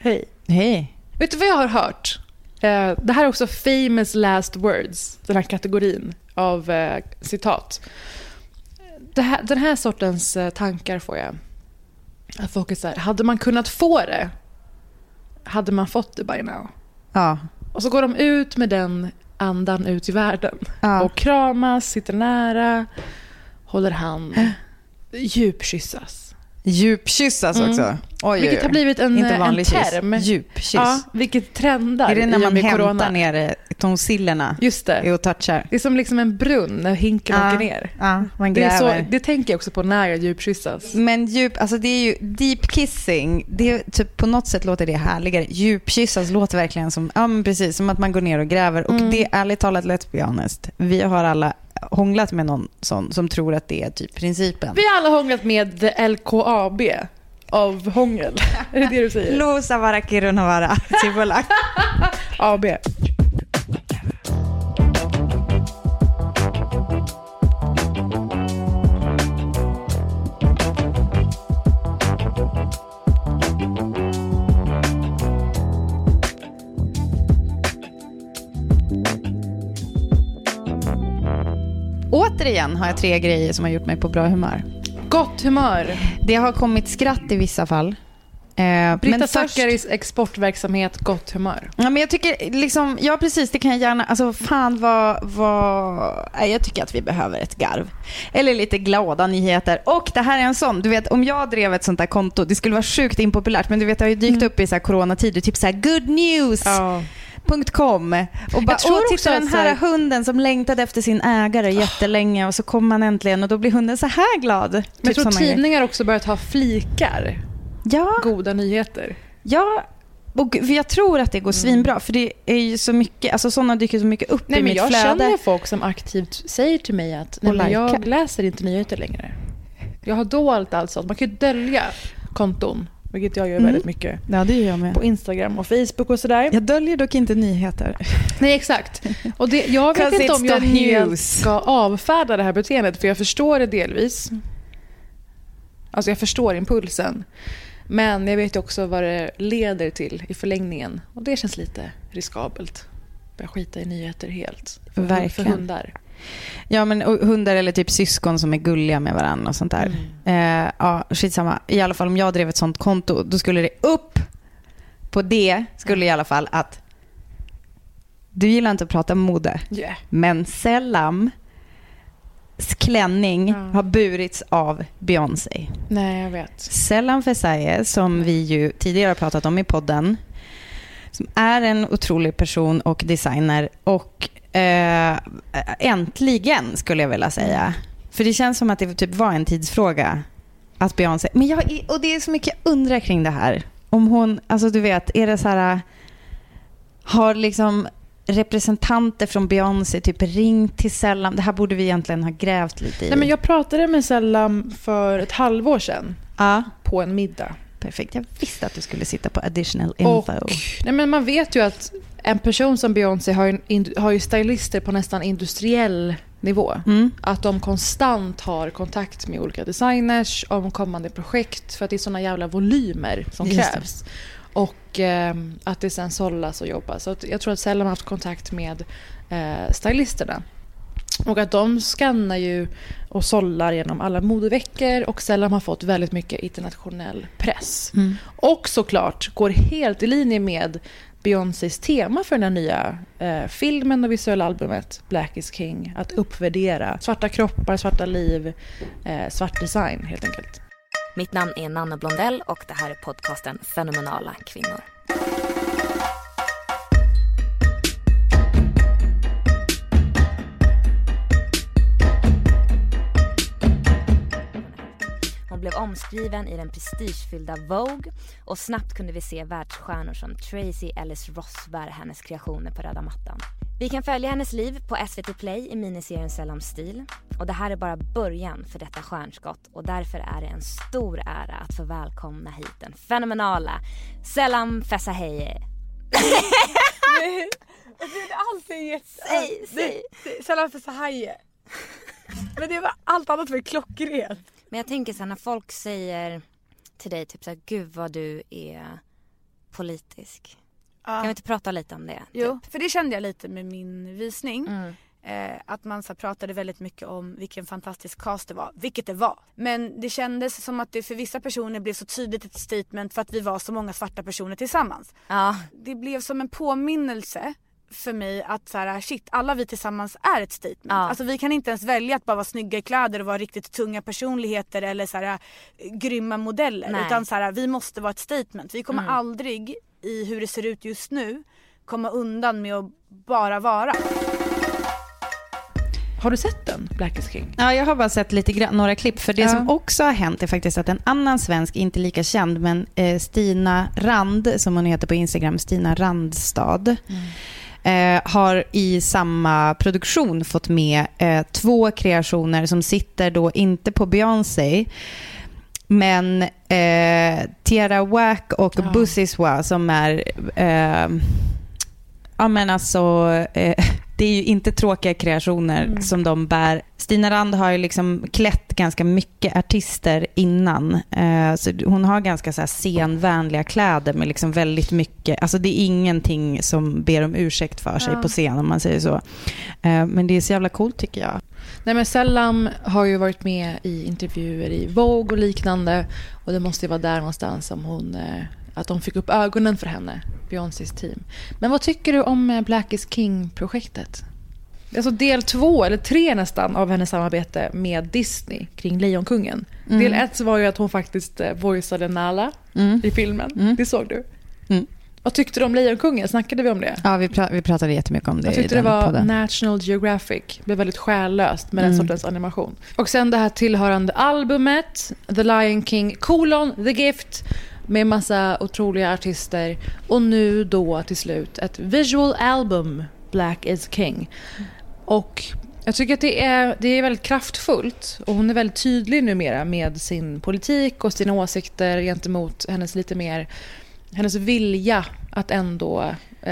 Hej. Hej. Vet du vad jag har hört? Det här är också famous last words, den här kategorin av citat. Den här sortens tankar får jag. Att folk är så här, hade man kunnat få det, hade man fått det by now. Ja. Och så går de ut med den andan ut i världen. Ja. Och kramas, sitter nära, håller hand, djupkyssas. Djupkyssas också. Oj, vilket har blivit en term. Djupkyss. Ja, vilket trendar. Är det när man hämtar corona ner tonsillerna? Just det. Och touchar? Det är som liksom en brunn när hinken åker ner. Ja, man gräver. Det tänker jag också på när jag djupkyssas. Men alltså det är ju deep kissing. Det är typ, på något sätt låter det härligare. Djupkyssas låter verkligen som, ja men precis, som att man går ner och gräver. Och det är ärligt talat, let's be honest. Vi har alla hånglat med någon sån som tror att det är typ principen. Vi har alla hånglat med LKAB av hångel. Är det du säger? Luossavaara Kiirunavaara Sipola. AB. Återigen har jag 3 grejer som har gjort mig på bra humör. Gott humör. Det har kommit skratt i vissa fall. Britta Zackaris exportverksamhet, gott humör. Ja, men jag tycker liksom, ja precis, det kan jag gärna, alltså fan jag tycker att vi behöver ett garv. Eller lite glada nyheter. Och det här är en sån, du vet, om jag drev ett sånt där konto, det skulle vara sjukt impopulärt, men du vet, det har ju dykt upp i så här coronatider, typ så här good news. Ja. .com och bara, titta den här hunden som längtade efter sin ägare jättelänge och så kommer man äntligen och då blir hunden så här glad. Men jag tror tidningar också börjat ha flikar. Ja. Goda nyheter. Ja, och jag tror att det går svinbra för det är ju så mycket, alltså sådana dyker så mycket upp i mitt flöde. Jag känner folk som aktivt säger till mig att jag läser inte nyheter längre. Jag har dolt alltså. Man kan ju dölja konton. Vilket jag gör väldigt mycket. Ja, det gör jag med. På Instagram och Facebook och sådär. Jag döljer dock inte nyheter. Nej, exakt. Och jag vet inte om jag helt ska avfärda det här beteendet. För jag förstår det delvis. Alltså jag förstår impulsen. Men jag vet också vad det leder till i förlängningen. Och det känns lite riskabelt. Börja skita i nyheter helt. Verkligen. För hundar. Ja, men hundar eller typ syskon som är gulliga med varandra och sånt där. Ja, skitsamma. I alla fall om jag drev ett sånt konto, då skulle det upp på det skulle i alla fall att du gillar inte att prata mode. Yeah. Men Selams klänning har burits av Beyoncé. Nej, jag vet. Selam Fesaie, som vi ju tidigare har pratat om i podden, som är en otrolig person och designer och äntligen skulle jag vilja säga. För det känns som att det typ var en tidsfråga att Beyoncé. Men och det är så mycket jag undrar kring det här. Om hon, alltså du vet, är det så här, har liksom representanter från Beyoncé typ ringt till Selam? Det här borde vi egentligen ha grävt lite i. Nej, men jag pratade med Selam för ett halvår sedan. Ja. På en middag. Perfekt. Jag visste att du skulle sitta på additional info. Nej, men man vet ju att en person som Beyoncé har ju stylister på nästan industriell nivå. Att de konstant har kontakt med olika designers om kommande projekt för att det är såna jävla volymer som krävs. Och att det sen sållas och jobbas. Så jag tror att Selam har haft kontakt med stylisterna. Och att de skannar ju och sållar genom alla modeveckor och Selam har fått väldigt mycket internationell press. Och såklart går helt i linje med Beyoncés tema för den här nya filmen och visuella albumet Black is King. Att uppvärdera svarta kroppar, svarta liv, svart design helt enkelt. Mitt namn är Nanna Blondell och det här är podcasten Fenomenala kvinnor. Hon blev omskriven i den prestigefyllda Vogue och snabbt kunde vi se världsstjärnor som Tracy Ellis Ross bära hennes kreationer på röda mattan. Vi kan följa hennes liv på SVT Play i miniserien Selams stil. Och det här är bara början för detta stjärnskott och därför är det en stor ära att få välkomna hit den fenomenala Selam Fesaie. Det är alltid säg. Selam Fesaie. Men det var allt annat var klockrent. Men jag tänker så här, när folk säger till dig typ så här, gud vad du är politisk. Kan vi inte prata lite om det? Jo, för det kände jag lite med min visning. Att man så pratade väldigt mycket om vilken fantastisk cast det var, vilket det var. Men det kändes som att det för vissa personer blev så tydligt ett statement för att vi var så många svarta personer tillsammans. Ja. Det blev som en påminnelse för mig att så här, shit, alla vi tillsammans är ett statement. Ja. Alltså vi kan inte ens välja att bara vara snygga i kläder och vara riktigt tunga personligheter eller så här, grymma modeller. Nej. Utan så här, vi måste vara ett statement. Vi kommer aldrig i hur det ser ut just nu komma undan med att bara vara. Har du sett den, Black is King? Ja, jag har bara sett några klipp. För det som också har hänt är faktiskt att en annan svensk, inte lika känd, men Stina Rand, som hon heter på Instagram, Stina Randstad, har i samma produktion fått med 2 kreationer som sitter då inte på Beyoncé, men Tierra Whack och Busiswa som är ja men alltså det är ju inte tråkiga kreationer som de bär. Stina Rand har ju liksom klätt ganska mycket artister innan. Så hon har ganska så här scenvänliga kläder med liksom väldigt mycket. Alltså det är ingenting som ber om ursäkt för sig på scen, om man säger så. Men det är så jävla coolt tycker jag. Nej, men Selam har ju varit med i intervjuer i Vogue och liknande. Och det måste ju vara där någonstans som hon... att de fick upp ögonen för henne, Beyoncés team. Men vad tycker du om Black is King-projektet? Alltså del 2 eller 3 nästan av hennes samarbete med Disney kring Lejonkungen. Del 1 var ju att hon faktiskt voiceade Nala i filmen. Det såg du. Vad tyckte du om Lejonkungen? Snackade vi om det? Ja, vi pratade jättemycket om det. Jag tyckte i den det var podden. National Geographic. Det blev väldigt själlöst med den sortens animation. Och sen det här tillhörande albumet The Lion King : The Gift, med massa otroliga artister. Och nu då till slut ett visual album, Black is King. Och jag tycker att det är väldigt kraftfullt. Och hon är väldigt tydlig numera med sin politik och sina åsikter gentemot hennes vilja att ändå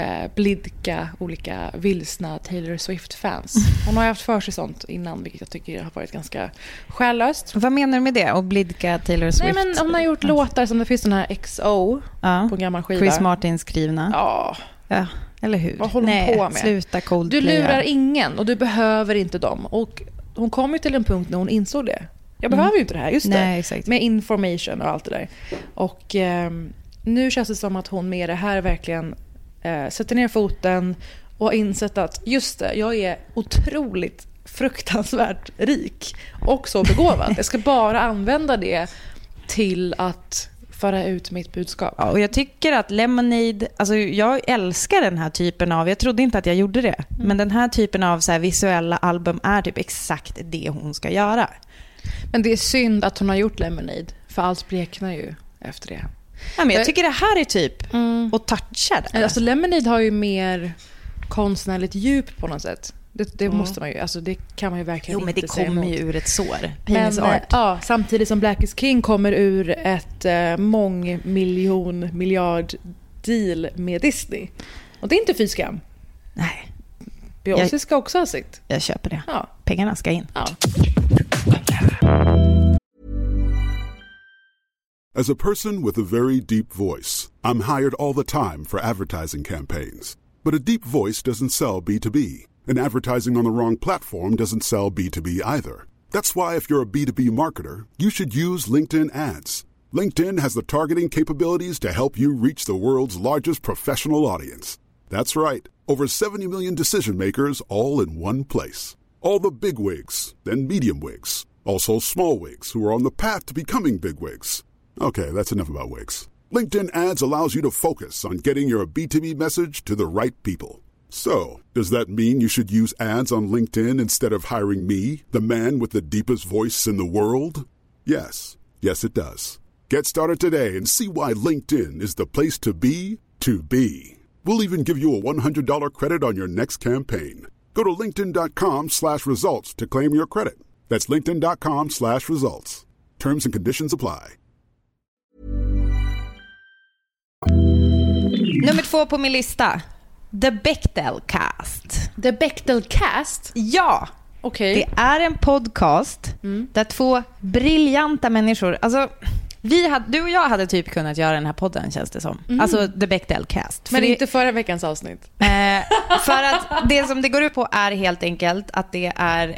blidka olika vilsna Taylor Swift-fans. Hon har haft för sig sånt innan, vilket jag tycker har varit ganska själlöst. Vad menar du med det? Och blidka Taylor Swift? Nej, men hon har gjort låtar som det finns den här XO på en gammal skiva. Chris Martin skrivna. Ja. Eller hur? Vad håller hon på med? Sluta Coldplay. Du lurar ingen och du behöver inte dem. Och hon kom ju till en punkt när hon insåg det. Jag behöver ju inte det här, just det. Nej, exakt. Med information och allt det där. Och nu känns det som att hon med det här verkligen sätter ner foten och har insett att just det, jag är otroligt fruktansvärt rik och så begåvad. Jag ska bara använda det till att föra ut mitt budskap. Ja, och jag tycker att Lemonade, alltså jag älskar den här typen av, jag trodde inte att jag gjorde det, men den här typen av så här visuella album är typ exakt det hon ska göra. Men det är synd att hon har gjort Lemonade, för allt bleknar ju efter det. Ja, men jag tycker det här är typ att toucha det. Alltså Lemonade har ju mer konstnärligt djup på något sätt. Det måste man ju, alltså det kan man ju verkligen men inte det säga kommer emot. ju ur ett sår. Men, ja, samtidigt som Black is King kommer ur ett miljard deal med Disney. Och det är inte fy skam. Nej. Beyoncé ska också ha sitt. Jag köper det. Ja. Pengarna ska in. Ja. As a person with a very deep voice, I'm hired all the time for advertising campaigns. But a deep voice doesn't sell B2B, and advertising on the wrong platform doesn't sell B2B either. That's why if you're a B2B marketer, you should use LinkedIn ads. LinkedIn has the targeting capabilities to help you reach the world's largest professional audience. That's right, over 70 million decision makers all in one place. All the big wigs, then medium wigs, also small wigs who are on the path to becoming big wigs. Okay, that's enough about wigs. LinkedIn ads allows you to focus on getting your B2B message to the right people. So, does that mean you should use ads on LinkedIn instead of hiring me, the man with the deepest voice in the world? Yes. Yes, it does. Get started today and see why LinkedIn is the place to be to be. We'll even give you a $100 credit on your next campaign. Go to linkedin.com/results to claim your credit. That's linkedin.com/results. Terms and conditions apply. Nummer 2 på min lista. The Bechdel Cast. The Bechdel Cast? Ja. Okej. Det är en podcast där 2 briljanta människor, alltså Du och jag hade typ kunnat göra den här podden, känns det som. Alltså The Bechdel Cast. Men inte förra veckans avsnitt. För att det som det går ut på är helt enkelt att det är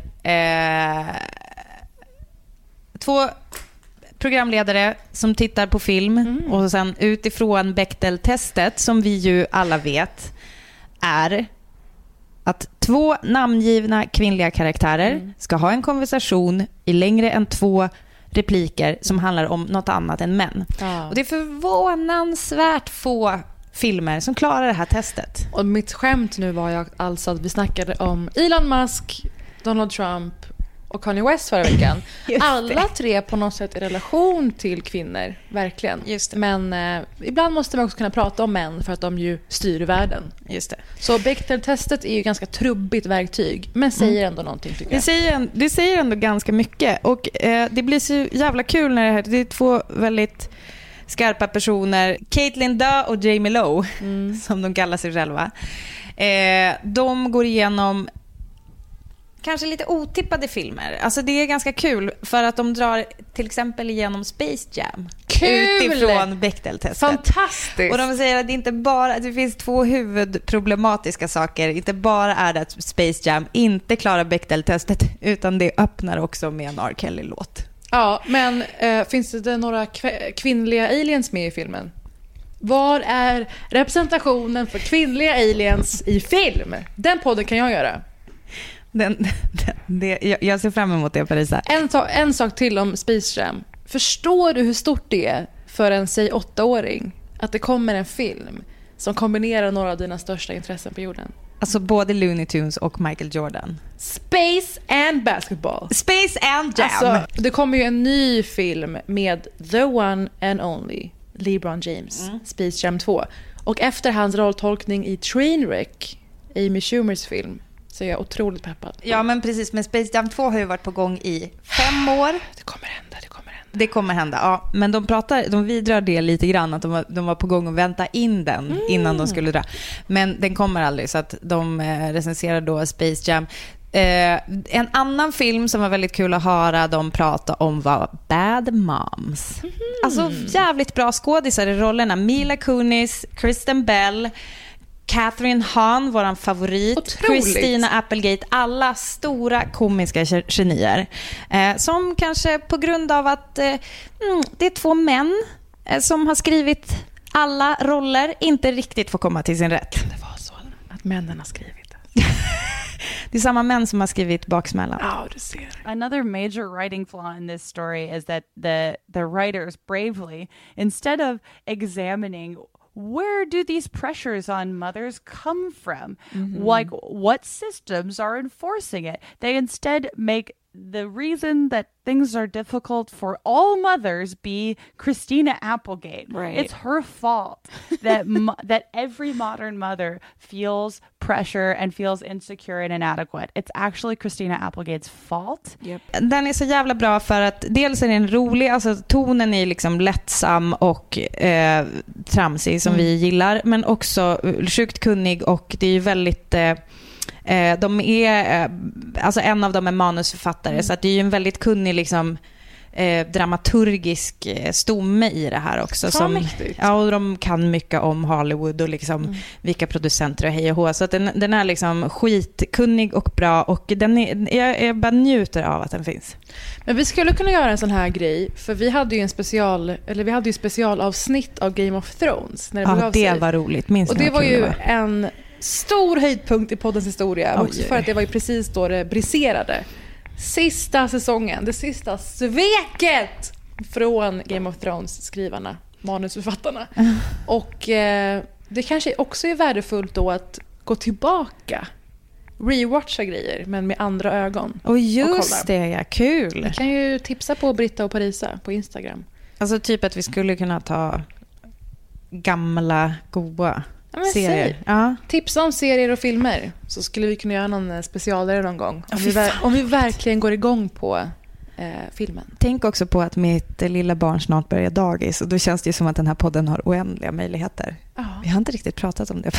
2 programledare som tittar på film och sen utifrån Bechdel-testet, som vi ju alla vet är att 2 namngivna kvinnliga karaktärer ska ha en konversation i längre än 2 repliker som handlar om något annat än män. Och det är förvånansvärt få filmer som klarar det här testet. Och mitt skämt nu var jag alltså att vi snackade om Elon Musk, Donald Trump och Kanye West förra veckan. Alla 3 på något sätt i relation till kvinnor, verkligen. Just det. Men ibland måste man också kunna prata om män för att de ju styr världen. Just det. Så Bechdel-testet är ju ganska trubbigt verktyg, men säger ändå någonting, tycker jag. Det säger ändå ganska mycket. Och det blir så jävla kul när det är 2 väldigt skarpa personer, Caitlin Duh och Jamie Lowe, som de kallar sig själva. De går igenom kanske lite otippade filmer. Alltså det är ganska kul för att de drar till exempel igenom Space Jam. Kul! Utifrån Bechdel-testet. Fantastiskt! Och de säger att det inte bara, det finns 2 huvudproblematiska saker. Inte bara är det att Space Jam inte klarar Bechdel-testet, utan det öppnar också med en R. Kelly-låt. Ja, men finns det några kvinnliga aliens med i filmen? Var är representationen för kvinnliga aliens i film? Den podden kan jag göra. Jag ser fram emot det, Parisa. En sak till om Space Jam. Förstår du hur stort det är för en, säg 8-åring att det kommer en film som kombinerar några av dina största intressen på jorden? Alltså både Looney Tunes och Michael Jordan. Space and basketball. Space and Jam. Alltså, det kommer ju en ny film med the one and only LeBron James, Space Jam 2. Och efter hans rolltolkning i Trainwreck, Amy Schumers film, så är jag otroligt peppad. Ja, men precis. Men Space Jam 2 har ju varit på gång i 5 år. Det kommer hända. Det kommer hända, ja. Men de vidrar det lite grann, att de var på gång att vänta in den innan de skulle dra. Men den kommer aldrig, så att de recenserar då Space Jam. En annan film som var väldigt kul att höra de prata om var Bad Moms. Alltså jävligt bra skådisar i rollerna. Mila Kunis, Kristen Bell, Catherine Hahn, våran favorit. Otroligt. Christina Applegate, alla stora komiska genier. Som kanske på grund av att det är 2 män som har skrivit alla roller inte riktigt får komma till sin rätt. Kan det vara så att männen har skrivit det? Det är samma män som har skrivit Baksmällan. Ja, du ser. Another major writing flaw in this story is that the writers bravely, instead of examining where do these pressures on mothers come from? Like, what systems are enforcing it? They instead make the reason that things are difficult for all mothers be Christina Applegate. Right. It's her fault that that every modern mother feels pressure and feels insecure and inadequate. It's actually Christina Applegate's fault. Yep. Den är så jävla bra för att dels är den rolig, alltså tonen är liksom lättsam och tramsig som vi gillar, men också sjukt kunnig, och det är ju väldigt de är alltså en av dem är manusförfattare, så att det är ju en väldigt kunnig liksom dramaturgisk stomme i det här också. Ja, och de kan mycket om Hollywood och liksom vilka producenter och hej och hå. Så att den är liksom skitkunnig och bra, och den är, jag bara njuter av att den finns. Men vi skulle kunna göra en sån här grej, för vi hade ju specialavsnitt av Game of Thrones när det begav sig. Ja, det var roligt. Minns och det var ju en stor höjdpunkt i poddens historia, också för att det var ju precis då det briserade. Sista säsongen, det sista sveket från Game of Thrones-skrivarna, manusförfattarna. Och det kanske också är värdefullt då att gå tillbaka, rewatcha grejer, men med andra ögon. Och just det, ja, kul. Jag kan ju tipsa på Britta och Parisa på Instagram. Alltså typ att vi skulle kunna ta gamla, goa serier. Ja. Tipsa om serier och filmer, så skulle vi kunna göra någon specialare någon gång. Om vi verkligen går igång på filmen. Tänk också på att mitt lilla barn snart börjar dagis, och då känns det ju som att den här podden har oändliga möjligheter. Vi har inte riktigt pratat om det.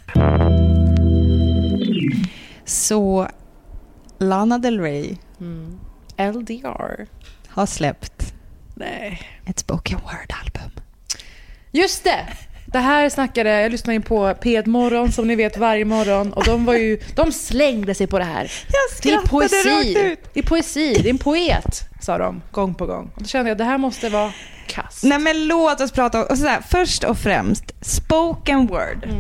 Så Lana Del Rey LDR har släppt Nej. Ett spoken word-album. Just det! Det här snackade, jag lyssnade in på P1 Morgon som ni vet varje morgon och de slängde sig på det här. Det är poesi. Det är poesi, det är en poet, sa de gång på gång. Och då kände jag att det här måste vara kast. Nej men låt oss prata om, sådär, först och främst spoken word.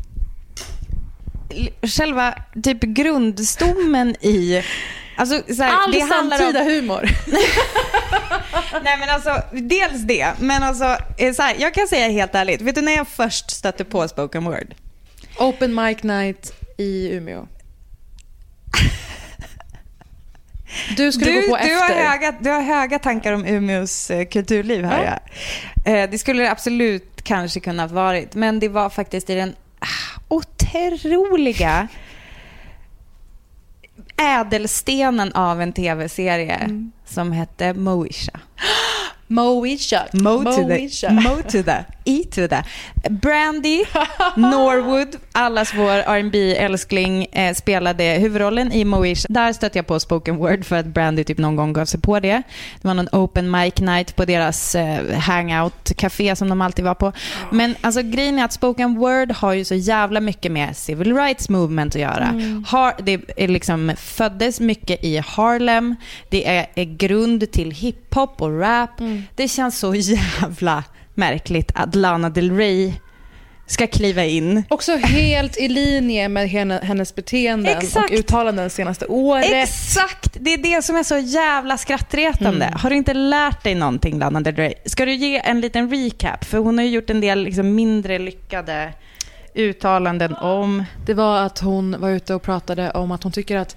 Själva typ grundstommen i alltså, såhär, all det samtida humor. Nej men alltså, dels det. Men alltså, såhär, jag kan säga helt ärligt. Vet du när jag först stötte på spoken word? Open mic night i Umeå. Du skulle gå på efter. Du har höga tankar om Umeås kulturliv här. Ja. Det skulle det absolut kanske kunna ha varit. Men det var faktiskt i den otroliga ädelstenen av en tv-serie som hette Moesha. Moesha. Brandy Norwood, allas vår R&B-älskling, spelade huvudrollen i Moesha. Där stötte jag på spoken word för att Brandy typ någon gång gav sig på det. Det var någon open mic night på deras hangout-café som de alltid var på. Men alltså grejen är att spoken word har ju så jävla mycket med civil rights movement att göra. Det är liksom föddes mycket i Harlem. Det är grund till hiphop och rap. Det känns så jävla märkligt att Lana Del Rey ska kliva in. Också helt i linje med hennes beteenden och uttalanden senaste året. Exakt, det är det som är så jävla skrattretande. Har du inte lärt dig någonting, Lana Del Rey? Ska du ge en liten recap? För hon har ju gjort en del liksom mindre lyckade uttalanden om... Det var att hon var ute och pratade om att hon tycker att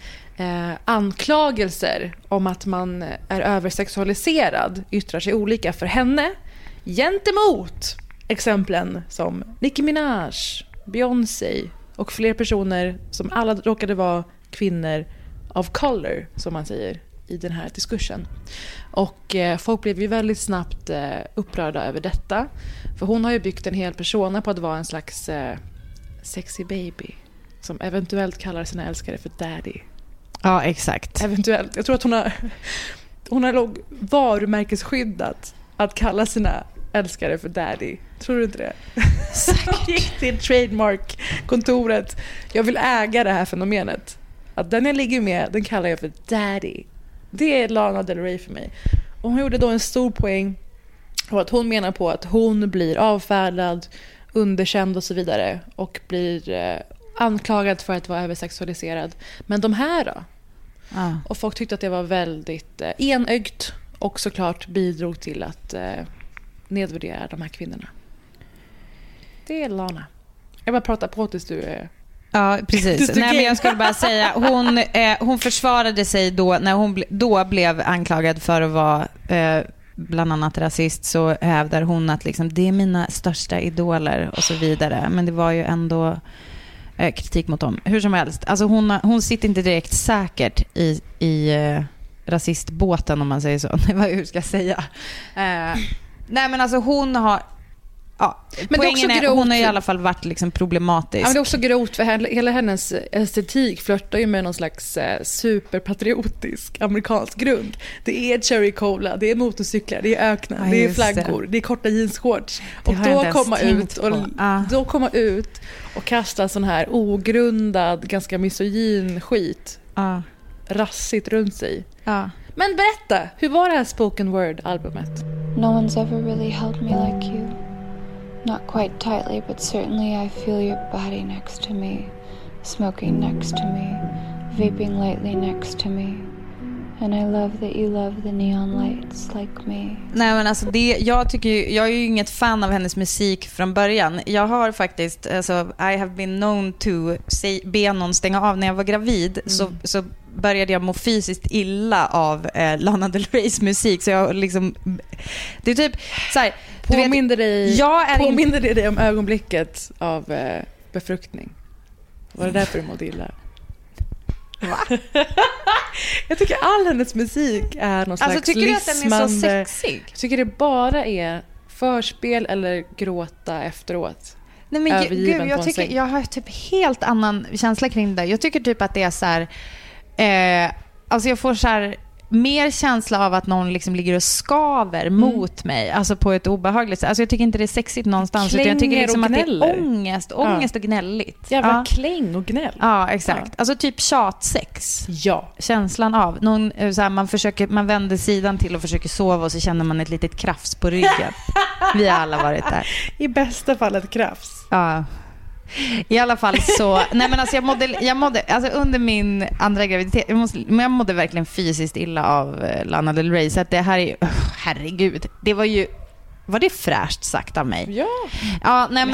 anklagelser om att man är översexualiserad yttrar sig olika för henne gentemot exemplen som Nicki Minaj, Beyoncé och fler personer som alla råkade vara kvinnor of color, som man säger i den här diskursen. Och folk blev ju väldigt snabbt upprörda över detta. För hon har ju byggt en hel persona på att vara en slags sexy baby som eventuellt kallar sina älskare för daddy. Ja, exakt. Eventuellt. Jag tror att hon har varumärkesskyddat att kalla sina älskare för daddy. Tror du inte det? Säkert. Gick till trademark-kontoret. Jag vill äga det här fenomenet. Att den jag ligger med, den kallar jag för daddy. Det är Lana Del Rey för mig. Och hon gjorde då en stor poäng och att hon menar på att hon blir avfärdad, underkänd och så vidare och blir anklagad för att vara översexualiserad. Men de här då? Och folk tyckte att det var väldigt enögt och såklart bidrog till att nedvärdera de här kvinnorna. Det är Lana. Jag bara pratar på tills du är... Ja, precis. Nej, men jag skulle bara säga hon försvarade sig då när hon då blev anklagad för att vara bland annat rasist, så hävdar hon att liksom, det är mina största idoler och så vidare. Men det var ju ändå kritik mot dem. Hur som helst. Alltså hon sitter inte direkt säkert i rasistbåten, om man säger så. Hur ska jag säga? Nej, men alltså hon har... Ja, men poängen är hon har i alla fall varit liksom problematisk. Ja, men det är också grovt för hela hennes estetik flörtar ju med någon slags superpatriotisk amerikansk grund. Det är cherry cola, det är motorcyklar, det är öknar, det är flaggor, det är korta jeansshorts. Och då komma ut och kasta sån här ogrundad, ganska misogyn skit rassigt runt sig. Men berätta, hur var det här spoken word-albumet? No one's ever really held me like you. Not quite tightly, but certainly I feel your body next to me, smoking next to me, vaping lightly next to me. And I love that you love the neon lights like me. Nej, men alltså jag är ju inget fan av hennes musik från början. Jag har faktiskt, alltså, I have been known to be någon stänga av när jag var gravid. Så började jag må fysiskt illa av Lana Del Reys musik. Så jag liksom, det är typ så här, påminner dig om ögonblicket av befruktning. Var det därför du mådde illa? Va? Jag tycker all hennes musik är någon slags tycker du att den är så sexig? Jag tycker det bara är förspel eller gråta efteråt. Nej, men gud, jag har typ helt annan känsla kring det. Jag tycker typ att det är så här, alltså jag får så här mer känsla av att någon liksom ligger och skaver mot mig. Alltså på ett obehagligt sätt. Alltså jag tycker inte det är sexigt någonstans. Utan jag tycker liksom att det är ångest och gnälligt. Jävla kläng och gnäll. Ja, exakt. Alltså typ tjatsex. Ja. Känslan av. Någon, så här, man vänder sidan till och försöker sova och så känner man ett litet krafs på ryggen. Vi har alla varit där. I bästa fall ett krafs. Ja. I alla fall så, nej men alltså jag mådde alltså under min andra graviditet, jag mådde verkligen fysiskt illa av Lana Del Rey, så att det här är, herregud, det var det fräscht sagt av mig? Ja, nej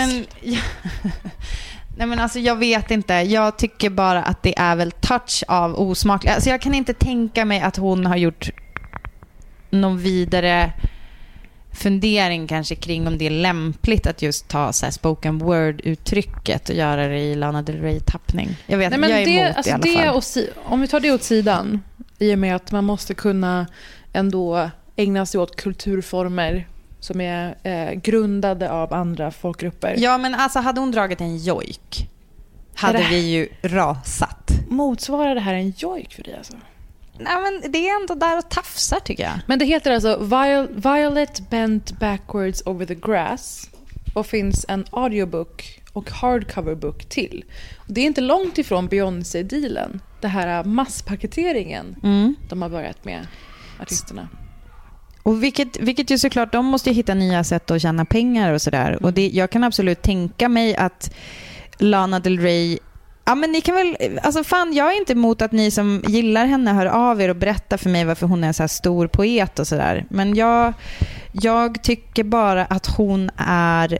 men alltså jag vet inte, jag tycker bara att det är väl touch av osmakligt, alltså jag kan inte tänka mig att hon har gjort någon vidare fundering kanske kring om det är lämpligt att just ta så här spoken word-uttrycket och göra det i Lana Del Rey-tappning. Jag vet, jag är emot alltså det i alla fall. Om vi tar det åt sidan, i och med att man måste kunna ändå ägna sig åt kulturformer som är grundade av andra folkgrupper. Ja, men alltså hade hon dragit en jojk hade vi ju rasat. Motsvarar det här en jojk för dig alltså? Nej, men det är ändå där och tafsar tycker jag. Men det heter alltså Violet Bent Backwards Over the Grass och finns en audiobook och hardcover book till. Och det är inte långt ifrån Beyoncé-dealen. Det här masspaketeringen de har börjat med, artisterna. Och vilket ju såklart, de måste ju hitta nya sätt att tjäna pengar och sådär. Och jag kan absolut tänka mig att Lana Del Rey, ja men ni kan väl, alltså fan, jag är inte emot att ni som gillar henne hör av er och berättar för mig varför hon är en så här stor poet och sådär. Men jag tycker bara att hon är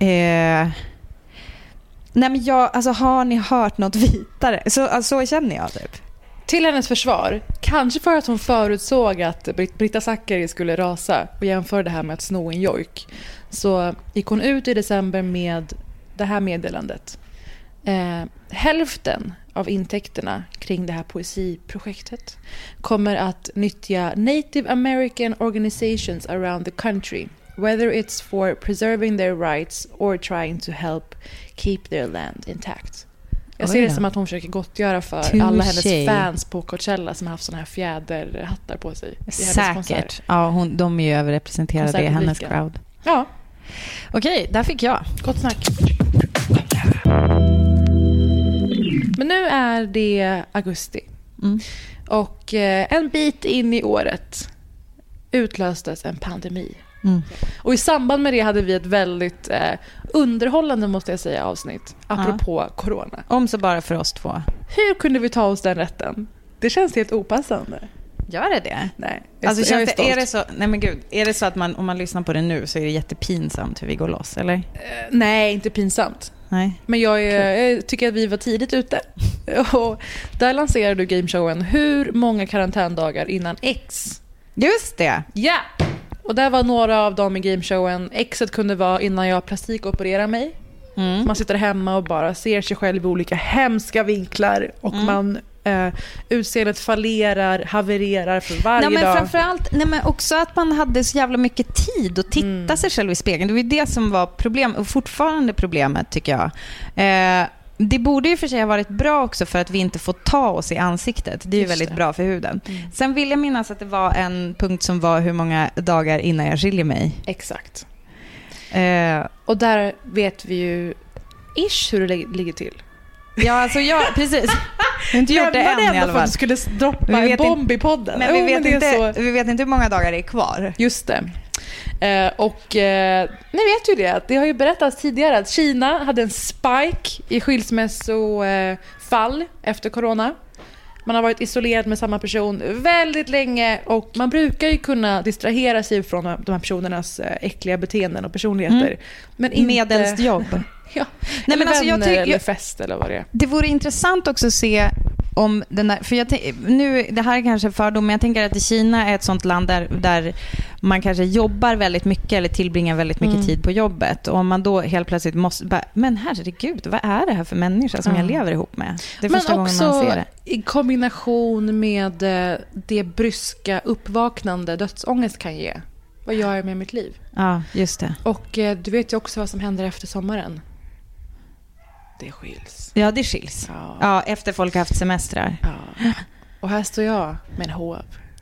nej men alltså har ni hört något vitare? Så känner jag typ. Till hennes försvar, kanske för att hon förutsåg att Britta Zackari skulle rasa och jämföra det här med att sno en jojk, så gick hon ut i december med det här meddelandet. Hälften av intäkterna kring det här poesiprojektet kommer att nyttja Native American organizations around the country, whether it's for preserving their rights or trying to help keep their land intact. Jag ser det som att hon försöker gottgöra för alla hennes fans på Coachella som har haft såna här fjäderhattar på sig. Säkert. Ja, de är ju överrepresenterade i hennes crowd. Ja. Okej, där fick jag. Gott snack. Men nu är det augusti. Och en bit in i året utlöstes en pandemi. Och i samband med det hade vi ett väldigt underhållande, måste jag säga, avsnitt apropå corona. Om så bara för oss två. Hur kunde vi ta oss den rätten? Det känns helt opassande. Gör det? Nej. Alltså, är det så, nej men gud, är det så att om man lyssnar på det nu så är det jättepinsamt hur vi går loss, eller? Nej, inte pinsamt. Nej. Men jag tycker att vi var tidigt ute. Och där lanserade du gameshowen Hur många karantändagar innan X? Just det. Ja! Och där var några av dem i gameshowen. Xet kunde vara innan jag plastikopererar mig. Man sitter hemma och bara ser sig själv i olika hemska vinklar. Och man utseendet fallerar, havererar för varje dag. Framförallt, men också att man hade så jävla mycket tid att titta sig själv i spegeln. Det var ju det som var problem, och fortfarande problemet tycker jag. Det borde ju för sig ha varit bra också för att vi inte får ta oss i ansiktet. Det är ju väldigt bra för huden. Sen vill jag minnas att det var en punkt som var hur många dagar innan jag skiljer mig. Exakt. Och där vet vi ju ish hur det ligger till. Ja, alltså precis. Jag har inte gjort det än i alla fall. Du skulle droppa en bomb i podden. Men vi vet inte hur många dagar det är kvar. Just det. Ni vet ju det har ju berättats tidigare att Kina hade en spike i skilsmässofall efter corona. Man har varit isolerad med samma person väldigt länge, och man brukar ju kunna distrahera sig från de här personernas äckliga beteenden och personligheter. Men inte medelst jobb. Ja. Nej, men alltså, vänner eller fest eller vad det är. Det vore intressant också att se om den där, för det här är kanske fördom, men jag tänker att Kina är ett sånt land där man kanske jobbar väldigt mycket eller tillbringar väldigt mycket tid på jobbet, och om man då helt plötsligt måste men herregud, vad är det här för människa som jag lever ihop med? Det är första gången man ser det. I kombination med det bryska uppvaknande dödsångest kan ge. Vad gör jag med mitt liv? Ja, just det. Och du vet ju också vad som händer efter sommaren. Det skiljs. Ja, det skiljs. Ja, efter folk har haft semestrar. Ja. Och här står jag med en hov.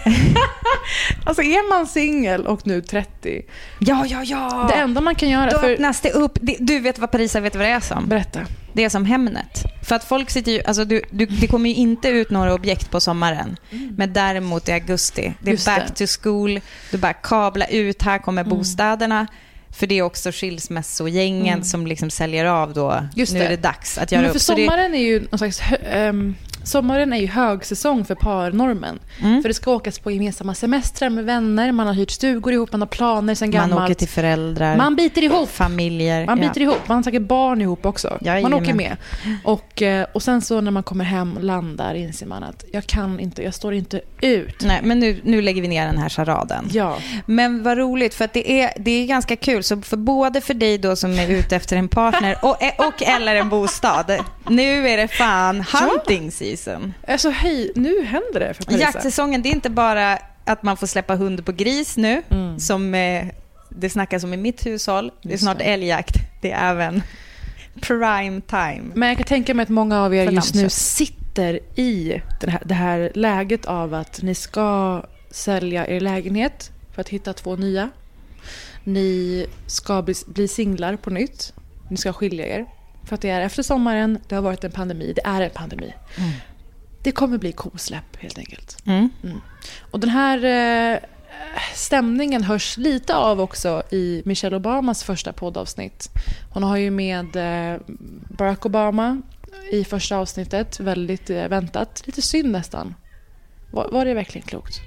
Alltså är man singel och nu 30. Ja. Det enda man kan göra. Då öppnas det upp. Du vet vad Parisa vet vad det är som? Berätta. Det är som Hemnet. För att folk sitter ju, alltså det kommer ju inte ut några objekt på sommaren. Men däremot i augusti. Det är Just back det. to school. Du bara kabla ut, här kommer bostäderna. För det är också skilsmässogängen som liksom säljer av då. Just nu det. är det dags att göra Men upp. för sommaren är ju någon slags sommaren är ju högsäsong för parnormen. För det ska åkas på gemensamma semestrar med vänner. Man har hyrt stugor ihop, man har planer sen gammalt. Man åker till föräldrar. Man biter ihop. Familjer. Man biter ihop. Man har säkert barn ihop också. Man åker med. Och sen så när man kommer hem och landar inser man att jag står inte ut. Nej, men nu lägger vi ner den här charaden. Ja. Men vad roligt, för att det är ganska kul. Så både för dig då som är ute efter en partner och eller en bostad. Nu är det fan hunting season. Alltså hej, nu händer det för Parisa. Jaktsäsongen, det är inte bara att man får släppa hund på gris nu, som det snackas om i mitt hushåll. Det är snart älgjakt. Det är även prime time. Men jag kan tänka mig att många av er För just nu lammkött. sitter i det här läget av att ni ska sälja er lägenhet för att hitta 2 nya. Ni ska bli singlar på nytt. Ni ska skilja er. För att det är efter sommaren, det har varit en pandemi. Det är en pandemi. Det kommer bli kosläpp helt enkelt. Och den här stämningen hörs lite av också i Michelle Obamas första poddavsnitt. Hon har ju med Barack Obama i första avsnittet. Väldigt väntat. Lite synd nästan. Var det verkligen klokt?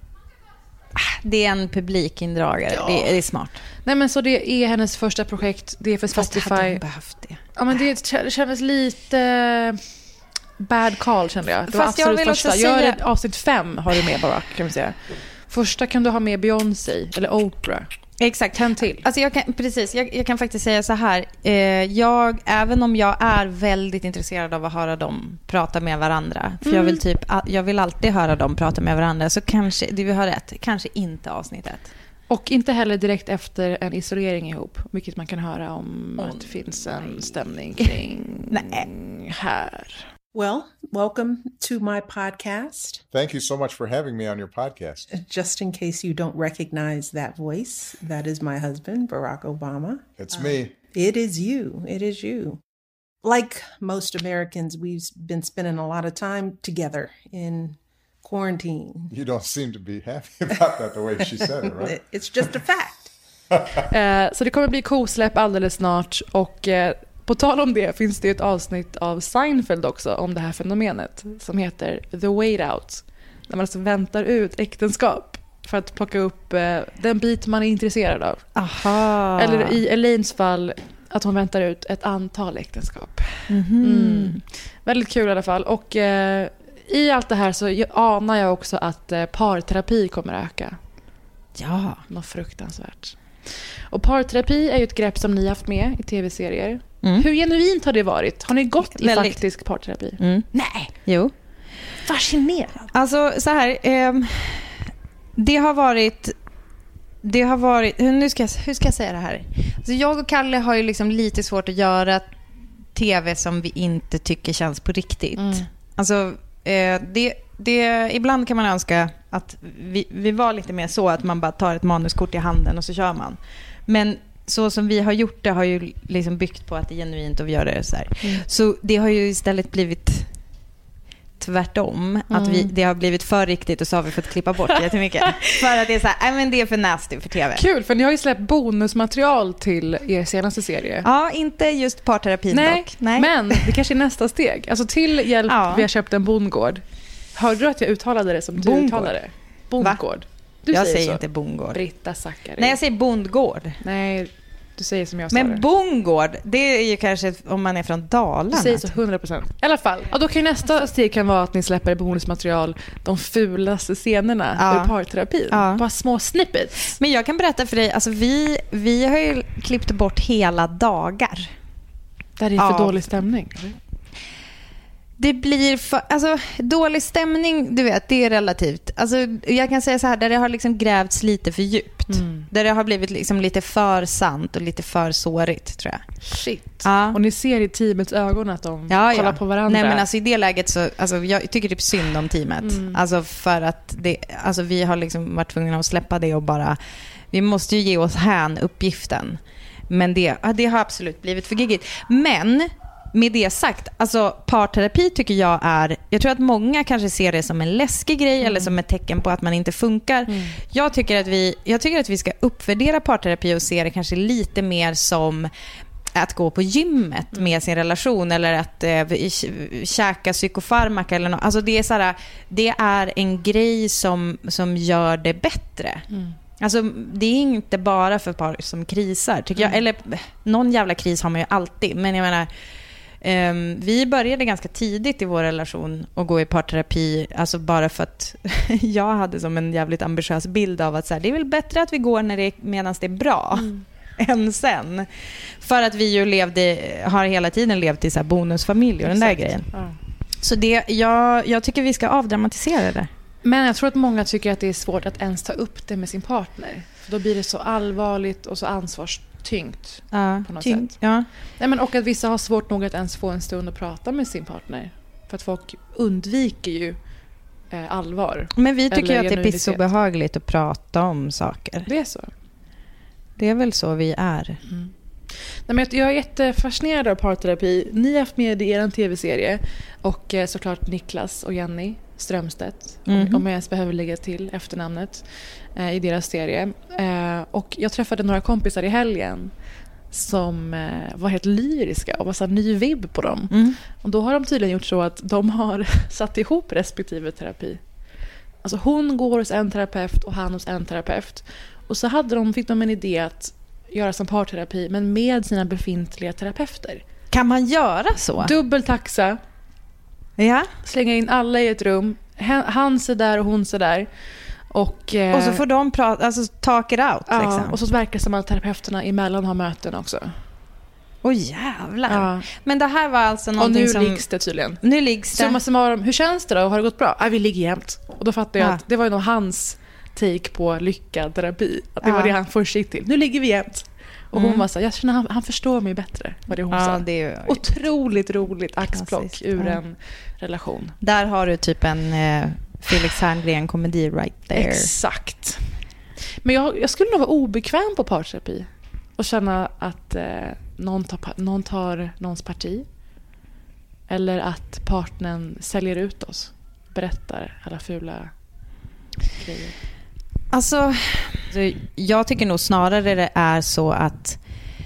Det är en publikindragare. Ja. Det är smart. Nej, men så det är hennes första projekt. Det är för Spotify. Fast hade hon behövt det? Ja, men det kändes lite bad call, kände jag. Det var Fast jag absolut vill också första. Gör säga- ett avsnitt 5 har du med Barack, kan vi säga. Första kan du ha med Beyoncé eller Oprah. Exakt. Tänd till. Alltså jag kan faktiskt säga så här. Även om jag är väldigt intresserad av att höra dem prata med varandra. För jag vill alltid höra dem prata med varandra. Så kanske, det vi har rätt, kanske inte avsnittet. Och inte heller direkt efter en isolering ihop. Vilket man kan höra om att det finns en stämning kring här. Well, welcome to my podcast. Thank you so much for having me on your podcast. Just in case you don't recognize that voice, that is my husband, Barack Obama. It's me. It is you. It is you. Like most Americans, we've been spending a lot of time together in quarantine. You don't seem to be happy about that the way she said it, right? It's just a fact. Så det kommer bli kosläpp alldeles snart. Och på tal om det finns det ett avsnitt av Seinfeld också om det här fenomenet som heter The Wait Out. När man alltså väntar ut äktenskap för att plocka upp den bit man är intresserad av. Aha. Eller i Elaines fall att hon väntar ut ett antal äktenskap. Väldigt kul i alla fall. Och i allt det här så anar jag också att parterapi kommer att öka. Ja. Något fruktansvärt. Och parterapi är ju ett grepp som ni har haft med i tv-serier. Hur genuint har det varit? Har ni gått i Väldigt. faktisk parterapi? Nej. Jo. Fascinerad. Alltså så här, det har varit hur ska jag säga det här? Alltså jag och Kalle har ju liksom lite svårt att göra tv som vi inte tycker känns på riktigt. Alltså ibland kan man önska att vi var lite mer så att man bara tar ett manuskort i handen och så kör man. Men så som vi har gjort det har ju liksom byggt på att det är genuint och vi gör det så här. Så det har ju istället blivit tvärtom. Att det har blivit för riktigt och så har vi fått klippa bort jättemycket. För att det är så här, men det är för nasty för tv. Kul, för ni har ju släppt bonusmaterial till er senaste serie. Ja, inte just parterapin dock. Nej. Men det kanske är nästa steg. Alltså till hjälp, vi har köpt en bondgård. Hörde du att jag uttalade det som du uttalade? Bondgård. Jag säger så. inte bondgård. Britta Zackari. Nej, jag säger bondgård. Nej, du säger som jag sa. Men bondgård, det är ju kanske om man är från Dalarna. Du säger så 100%. I alla fall. Ja, då kan ju nästa steg kan vara att ni släpper bonusmaterial, de fulaste scenerna ur parterapin. Bara små snippets. Men jag kan berätta för dig, alltså vi har ju klippt bort hela dagar. Där är för dålig stämning. Det blir dålig stämning, du vet, det är relativt. Alltså, jag kan säga så här, där det har liksom grävts lite för djupt. Där det har blivit liksom lite för sant och lite för sårigt, tror jag. Shit. Ja. Och ni ser i teamets ögon att de kollar på varandra. Nej, men alltså i det läget så, alltså, jag tycker typ synd om teamet. Alltså för att vi har liksom varit tvungna att släppa det och bara, vi måste ju ge oss hän uppgiften. Men det har absolut blivit för giggigt. Men med det sagt, alltså parterapi tycker jag tror att många kanske ser det som en läskig grej eller som ett tecken på att man inte funkar. Jag tycker att vi ska uppvärdera parterapi och se det kanske lite mer som att gå på gymmet med sin relation eller att käka psykofarmaka eller något. Alltså det är så här, det är en grej som gör det bättre. Alltså det är inte bara för par som krisar, tycker jag. Eller någon jävla kris har man ju alltid, men jag menar, vi började ganska tidigt i vår relation att gå i parterapi, alltså bara för att jag hade som en jävligt ambitiös bild av att så här, det är väl bättre att vi går medan det är bra än sen. För att vi ju har hela tiden levt i så här bonusfamilj och den där grejen. Ja. Så jag tycker vi ska avdramatisera det. Men jag tror att många tycker att det är svårt att ens ta upp det med sin partner. För då blir det så allvarligt och så ansvarstyngt på något sätt. Ja. Nej, men och att vissa har svårt nog att ens få en stund att prata med sin partner. För att folk undviker ju allvar. Men vi tycker ju att det är så behagligt att prata om saker. Det är så. Det är väl så vi är. Nej, men jag är jättefascinerad av parterapi. Ni har haft med i er tv-serie. Och såklart Niklas och Jenny Strömstedt, om jag ens behöver lägga till efternamnet i deras serie. Och jag träffade några kompisar i helgen som var helt lyriska och var så ny vibb på dem. Och då har de tydligen gjort så att de har satt ihop respektive terapi. Alltså hon går hos en terapeut och han hos en terapeut. Och så fick de en idé att göra som parterapi, men med sina befintliga terapeuter. Kan man göra så? Dubbeltaxa. Ja. Slänga in alla i ett rum. Han ser där och hon ser där. Och så får de prata, alltså talk it out. Ja, liksom. Och så verkar det som att terapeuterna emellan har möten också. Jävlar. Ja. Men det här var alltså någonting och nu liggs det tydligen. Nu liggs det. Summa summarum, hur känns det då? Har det gått bra? Vi ligger jämt. Och då fattar jag att det var ju nog hans take på lyckad terapi. Att det var det han först gick till. Nu ligger vi jämt. Och hon var så, jag känner han förstår mig bättre. Vad det hon sa. Det är otroligt roligt axplock ur en relation. Där har du typ en Felix Herngren komedi right there. Exakt. Men jag skulle nog vara obekväm på parterapi och känna att någon tar någons parti eller att partnern säljer ut oss, berättar alla fula grejer. Alltså, jag tycker nog snarare det är så att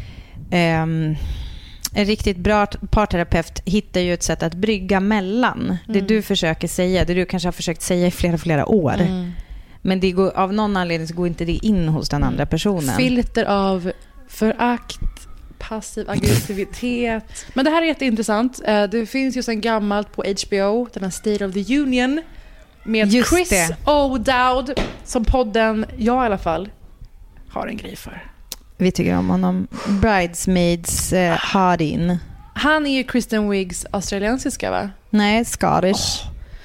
en riktigt bra parterapeut hittar ju ett sätt att brygga mellan det du försöker säga, det du kanske har försökt säga i flera år. Men det går, av någon anledning så går inte det in hos den andra personen. Filter av förakt, passiv aggressivitet. Men det här är jätteintressant. Det finns ju sen gammalt på HBO, den här State of the Union med just Chris O'Dowd som podden, jag i alla fall, har en grej för. Vi tycker om honom. Bridesmaids Hardin. Han är ju Kristen Wiggs australiensiska, va? Nej, Scottish.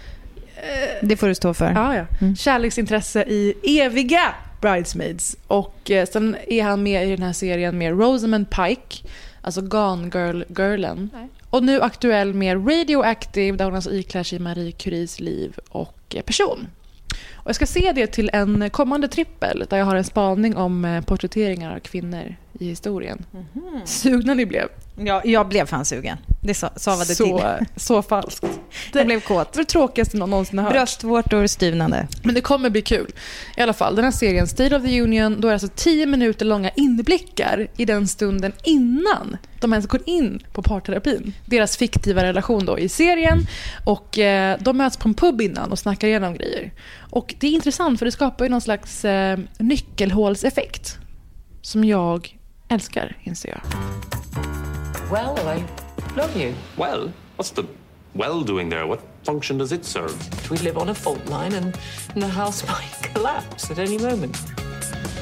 Det får du stå för. Ja. Kärleksintresse i eviga Bridesmaids. Och sen är han med i den här serien med Rosamund Pike, alltså Gone Girlen. Och nu aktuell med Radioactive, där hon alltså iklär sig Marie Curies liv och person. Och jag ska se det till en kommande trippel där jag har en spaning om porträtteringar av kvinnor i historien. Sugna ni blev. Ja, jag blev fan sugen. Det sa vad det till. Så falskt. Det blev kåt. Det var det tråkigaste någonsin har hört. Bröstvårtor styvnande. Men det kommer bli kul. I alla fall, den här serien State of the Union, då är det alltså 10 minuter långa inblickar i den stunden innan de ens går in på parterapin. Deras fiktiva relation då i serien. Och de möts på en pub innan och snackar igenom grejer. Och det är intressant för det skapar ju någon slags nyckelhålseffekt som jag älskar, inser jag. Well, I love you. Well? What's the well doing there? What function does it serve? We live on a fault line and the house might collapse at any moment.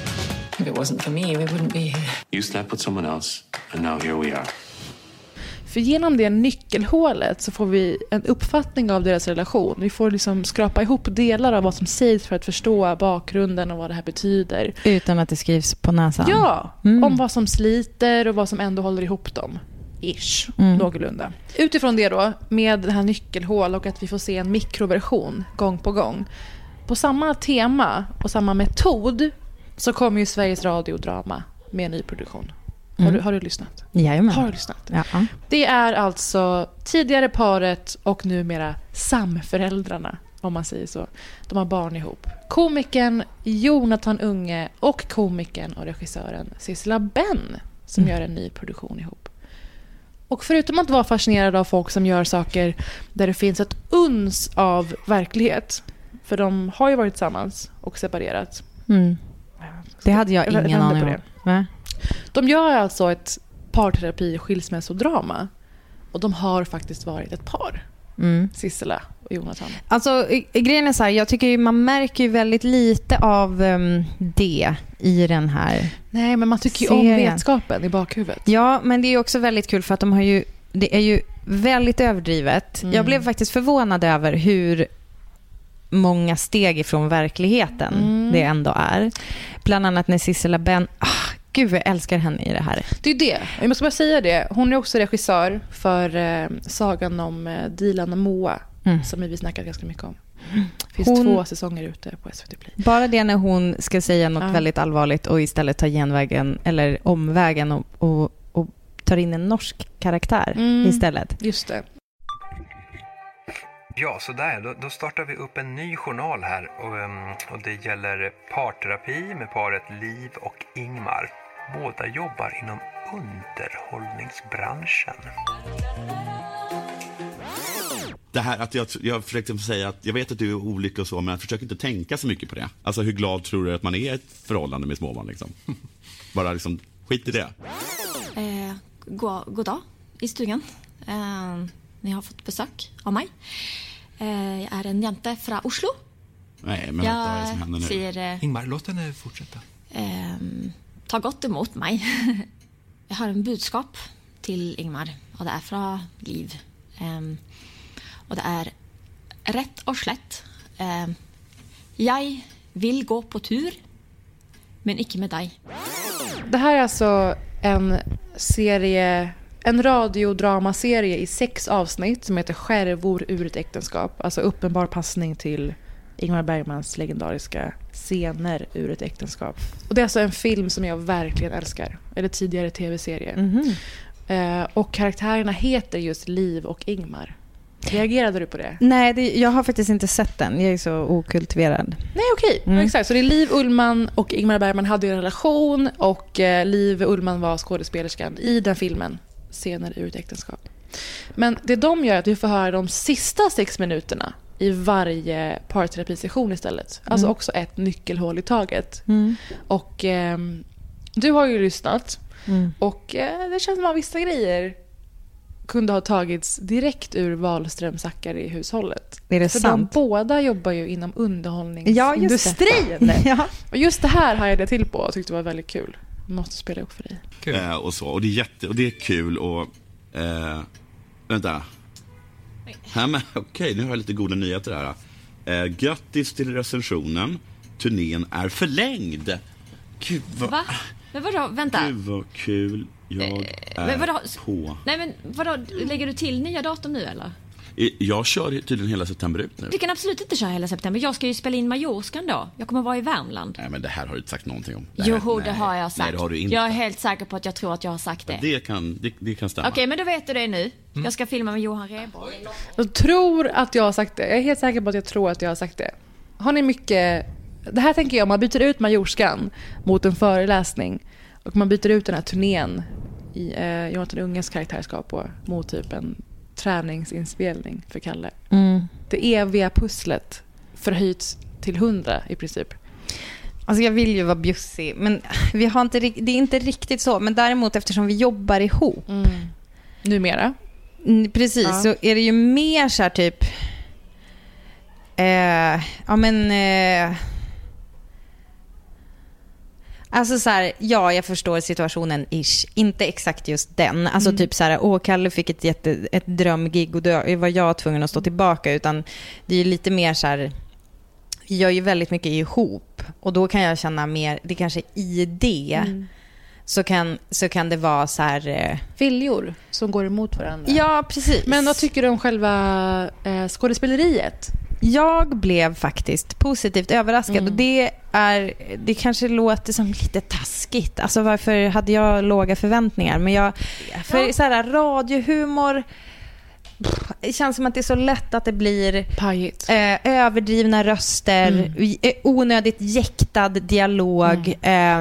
If it wasn't for me, we wouldn't be here. You slept with someone else, and now here we are. För genom det nyckelhålet så får vi en uppfattning av deras relation. Vi får liksom skrapa ihop delar av vad som sägs för att förstå bakgrunden och vad det här betyder. Utan att det skrivs på näsan. Ja, om vad som sliter och vad som ändå håller ihop dem. Någorlunda. Utifrån det då, med det här nyckelhål och att vi får se en mikroversion gång på gång. På samma tema och samma metod så kommer ju Sveriges radiodrama med en ny produktion. Har du lyssnat? Jajamän. Har du lyssnat? Ja. Det är alltså tidigare paret och numera samföräldrarna, om man säger så. De har barn ihop. Komikern Jonathan Unge och komikern och regissören Sissela Benn som gör en ny produktion ihop. Och förutom att vara fascinerad av folk som gör saker där det finns ett uns av verklighet, för de har ju varit tillsammans och separerat. Det hade jag ingen aning om. Va? De gör alltså ett parterapi skilsmässodrama. Och de har faktiskt varit ett par. Sissela och Jonathan. Alltså grejen är så här, jag tycker ju, man märker ju väldigt lite av det i den här. Nej, men man tycker ju om vetskapen i bakhuvudet. Ja, men det är ju också väldigt kul för att de har ju, det är ju väldigt överdrivet. Jag blev faktiskt förvånad över hur många steg ifrån verkligheten det ändå är. Bland annat när Sissela Benn, gud jag älskar henne i det här. Det är det, jag måste bara säga det. Hon är också regissör för sagan om Dilan och Moa som vi snackat ganska mycket om. Det finns 2 säsonger ute på SVT Play. Bara det när hon ska säga något väldigt allvarligt och istället ta genvägen eller omvägen och tar in en norsk karaktär istället. Just det. Ja, så där. Då startar vi upp en ny journal här och det gäller parterapi med paret Liv och Ingmar. Båda jobbar inom underhållningsbranschen. Det här att jag försökte säga att jag vet att du är olycklig och så, men jag försöker inte tänka så mycket på det. Alltså hur glad tror du att man är i ett förhållande med småbarn liksom? Bara liksom, skit i det. God dag i stugan. Ni har fått besök av mig. Jag är en jente från Oslo. Nej, men vad är det som händer nu? Säger, Ingmar, låt henne fortsätta. Ta gott emot mig. Jag har en budskap till Ingmar. Och det är från Liv. Och det är rätt och slätt. Jag vill gå på tur, men inte med dig. Det här är alltså en radiodramaserie i 6 avsnitt som heter Skärvor ur ett äktenskap. Alltså uppenbar passning till Ingmar Bergmans legendariska Scener ur ett äktenskap. Och det är alltså en film som jag verkligen älskar. Eller tidigare tv-serie. Och karaktärerna heter just Liv och Ingmar. Reagerade du på det? Nej, jag har faktiskt inte sett den. Jag är så okultiverad. Nej, okej. Ja, exakt. Så det är Liv Ullman och Ingmar Bergman hade en relation. Och Liv Ullman var skådespelerskan i den filmen. Scener ur ett äktenskap. Men det de gör är att vi får höra de sista 6 minuterna i varje parterapisession istället. Alltså också ett nyckelhål i taget. Och du har ju lyssnat. Och det känns som att vissa grejer kunde ha tagits direkt ur Wahlström-Zackari-hushållet. Är det för sant? de båda jobbar ju inom underhållningsindustrin. Ja. Och just det här har jag det till på och tyckte det var väldigt kul. Jag måste spela upp för dig. Och så, och det är kul och vänta. Okej, nu har jag lite goda nyheter här. Grattis till recensionen. Turnén är förlängd. Gud vad... Va? Men vadå? Vänta. Gud vad kul. Jag är på. Nej men vadå? Lägger du till nya datum nu eller? Jag kör tydligen hela september ut nu. Du kan absolut inte köra hela september. Jag ska ju spela in Majorskan då. Jag kommer vara i Värmland. Nej, men det här har du inte sagt någonting om. Det har jag sagt. Nej, det har du inte. Jag är helt säker på att jag tror att jag har sagt det. Det kan stämma. Okej, men då vet du det nu. Jag ska filma med Johan Rheborg. Jag tror att jag har sagt det. Jag är helt säker på att jag tror att jag har sagt det. Har ni mycket... Det här tänker jag, man byter ut Majorskan mot en föreläsning. Och man byter ut den här turnén i Jonathan Unges karaktärskap mot typ en träningsinspelning för Kalle. Det eviga pusslet förhöjts till 100 i princip. Alltså jag vill ju vara bjussig, men vi har inte, det är inte riktigt så. Men däremot eftersom vi jobbar ihop numera. Precis, så är det ju mer så här typ Alltså så här, ja, jag förstår situationen ish. Inte exakt just den. Alltså typ så här, Kalle fick ett drömgig och då var jag tvungen att stå tillbaka. Utan det är ju lite mer så här, vi gör ju väldigt mycket ihop. Och då kan jag känna mer, det kanske i det så kan det vara så här... viljor som går emot varandra. Ja, precis. Men vad tycker du om själva skådespeleriet? Jag blev faktiskt positivt överraskad och det kanske låter som lite taskigt. Alltså varför hade jag låga förväntningar? Men så här radiohumor, det känns som att det är så lätt att det blir pajigt. Överdrivna röster, onödigt jäktad dialog,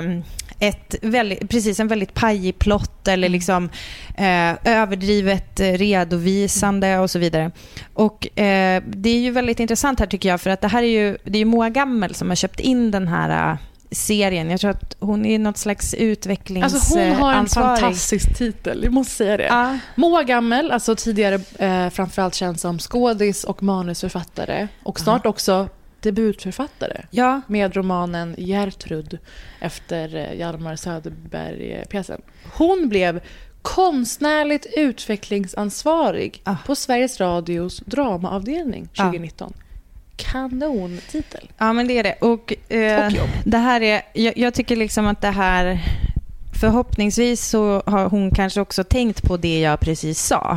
en väldigt pajig plott eller liksom överdrivet redovisande och så vidare. Och det är ju väldigt intressant här tycker jag, för att det är ju Moa Gammel som har köpt in den här serien. Jag tror att hon är något slags utvecklingsansvarig. Alltså hon har en fantastisk titel, jag måste säga det. Moa Gammel, alltså tidigare framförallt känd som skådis och manusförfattare och snart också debutförfattare med romanen Gertrud efter Hjalmar Söderberg-pjäsen. Hon blev konstnärligt utvecklingsansvarig på Sveriges Radios dramaavdelning 2019. Kanontitel. Ja, men det är det. Och det här är, jag tycker liksom att det här, förhoppningsvis så har hon kanske också tänkt på det jag precis sa.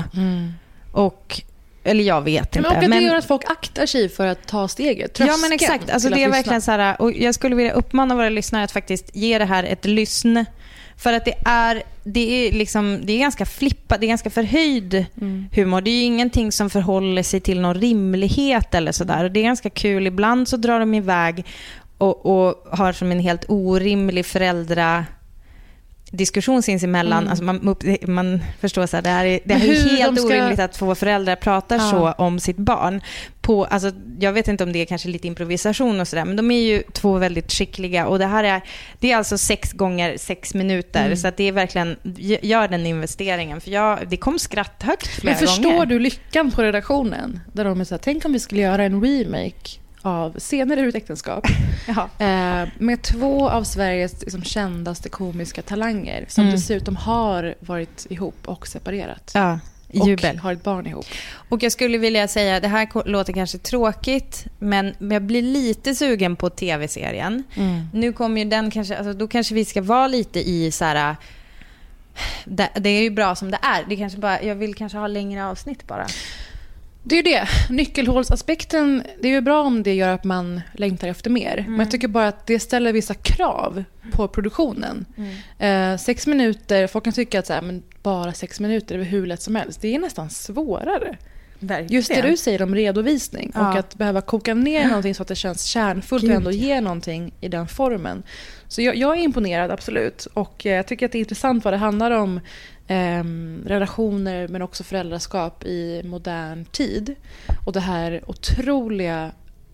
Eller jag vet inte. Men det gör att folk aktar sig för att ta steget. Tröskeln, ja, men exakt. Alltså det är verkligen så här, och jag skulle vilja uppmana våra lyssnare att faktiskt ge det här ett lyssn. För att det är ganska flippat, det är ganska förhöjd humor. Det är ju ingenting som förhåller sig till någon rimlighet eller sådär. Det är ganska kul. Ibland så drar de iväg och har som en helt orimlig diskussion sinsemellan. Alltså man förstår så här, det är helt orimligt att få föräldrar pratar så om sitt barn. Alltså, jag vet inte om det är kanske lite improvisation och sådär, men de är ju två väldigt skickliga och det är alltså 6 gånger 6 minuter så att det är verkligen, gör den investeringen, för det kom skratt högt flera gånger. Men förstår du lyckan på redaktionen där de är så här, tänk om vi skulle göra en remake av Scener ur ett äktenskap med 2 av Sveriges liksom, kändaste komiska talanger som dessutom har varit ihop och separerat. Ja, jubel. Och har ett barn ihop. Och jag skulle vilja säga, det här låter kanske tråkigt, men jag blir lite sugen på tv-serien. Nu kommer ju den kanske, alltså, då kanske vi ska vara lite i så här, det är ju bra som det är. Det kanske bara, jag vill kanske ha längre avsnitt bara. Det är ju det. Nyckelhålsaspekten, det är ju bra om det gör att man längtar efter mer. Men jag tycker bara att det ställer vissa krav på produktionen. 6 minuter, folk kan tycka att så här, men bara 6 minuter är hur lätt som helst. Det är nästan svårare. Verkligen. Just det du säger om redovisning och att behöva koka ner någonting så att det känns kärnfullt och ändå ge någonting i den formen. Så jag är imponerad, absolut. Och jag tycker att det är intressant vad det handlar om relationer men också föräldraskap i modern tid. Och det här otroliga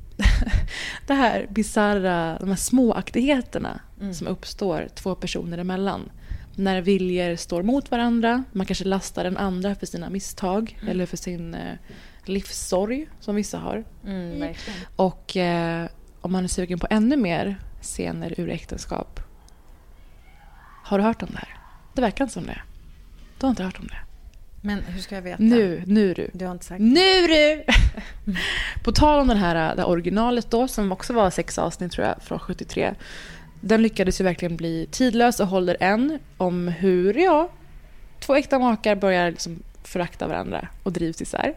det här bizarra, de här småaktigheterna som uppstår 2 personer emellan. När viljor står mot varandra, man kanske lastar den andra för sina misstag eller för sin livssorg som vissa har. Verkligen. Och om man är sugen på ännu mer scener ur äktenskap, har du hört om det här? Det verkar inte som det. Du har inte hört om det. Men hur ska jag veta? Nu du. Du har inte sagt. Nu du! På tal om det här originalet då, som också var 6 avsnitt tror jag, från 73. Den lyckades ju verkligen bli tidlös och håller än om hur 2 äkta makar börjar liksom förakta varandra och drivs isär.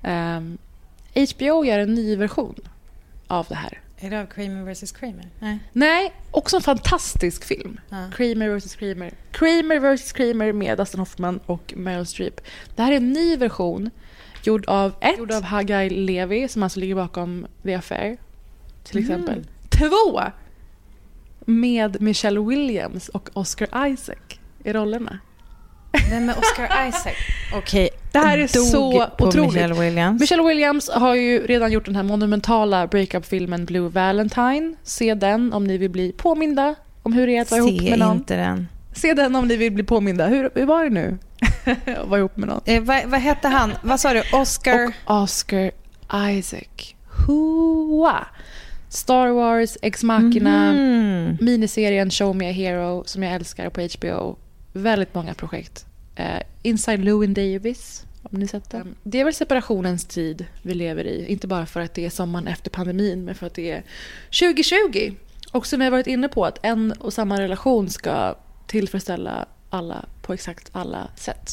HBO gör en ny version av det här. Är det av Kramer vs. Kramer? Nej, också en fantastisk film. Kramer vs. Kramer. Kramer vs. Kramer med Dustin Hoffman och Meryl Streep. Det här är en ny version gjord av Haggai Levi som alltså ligger bakom The Affair till exempel. 2 med Michelle Williams och Oscar Isaac i rollerna. Vem med Oscar Isaac? Okej, det här är så otroligt. Michelle Williams har ju redan gjort den här monumentala breakup-filmen Blue Valentine. Se den om ni vill bli påminda om hur det är att vara ihop med någon. Inte den. Se den om ni vill bli påminda. Hur var det nu? att vara ihop med någon. Vad hette han? Vad sa du? Oscar Isaac. Hoa. Star Wars, Ex Machina, miniserien Show Me a Hero som jag älskar på HBO. Väldigt många projekt. Inside Llewyn Davis, om ni sett den. Det är väl separationens tid vi lever i. Inte bara för att det är sommaren efter pandemin, men för att det är 2020. Och som jag varit inne på, att en och samma relation ska tillfredsställa alla på exakt alla sätt.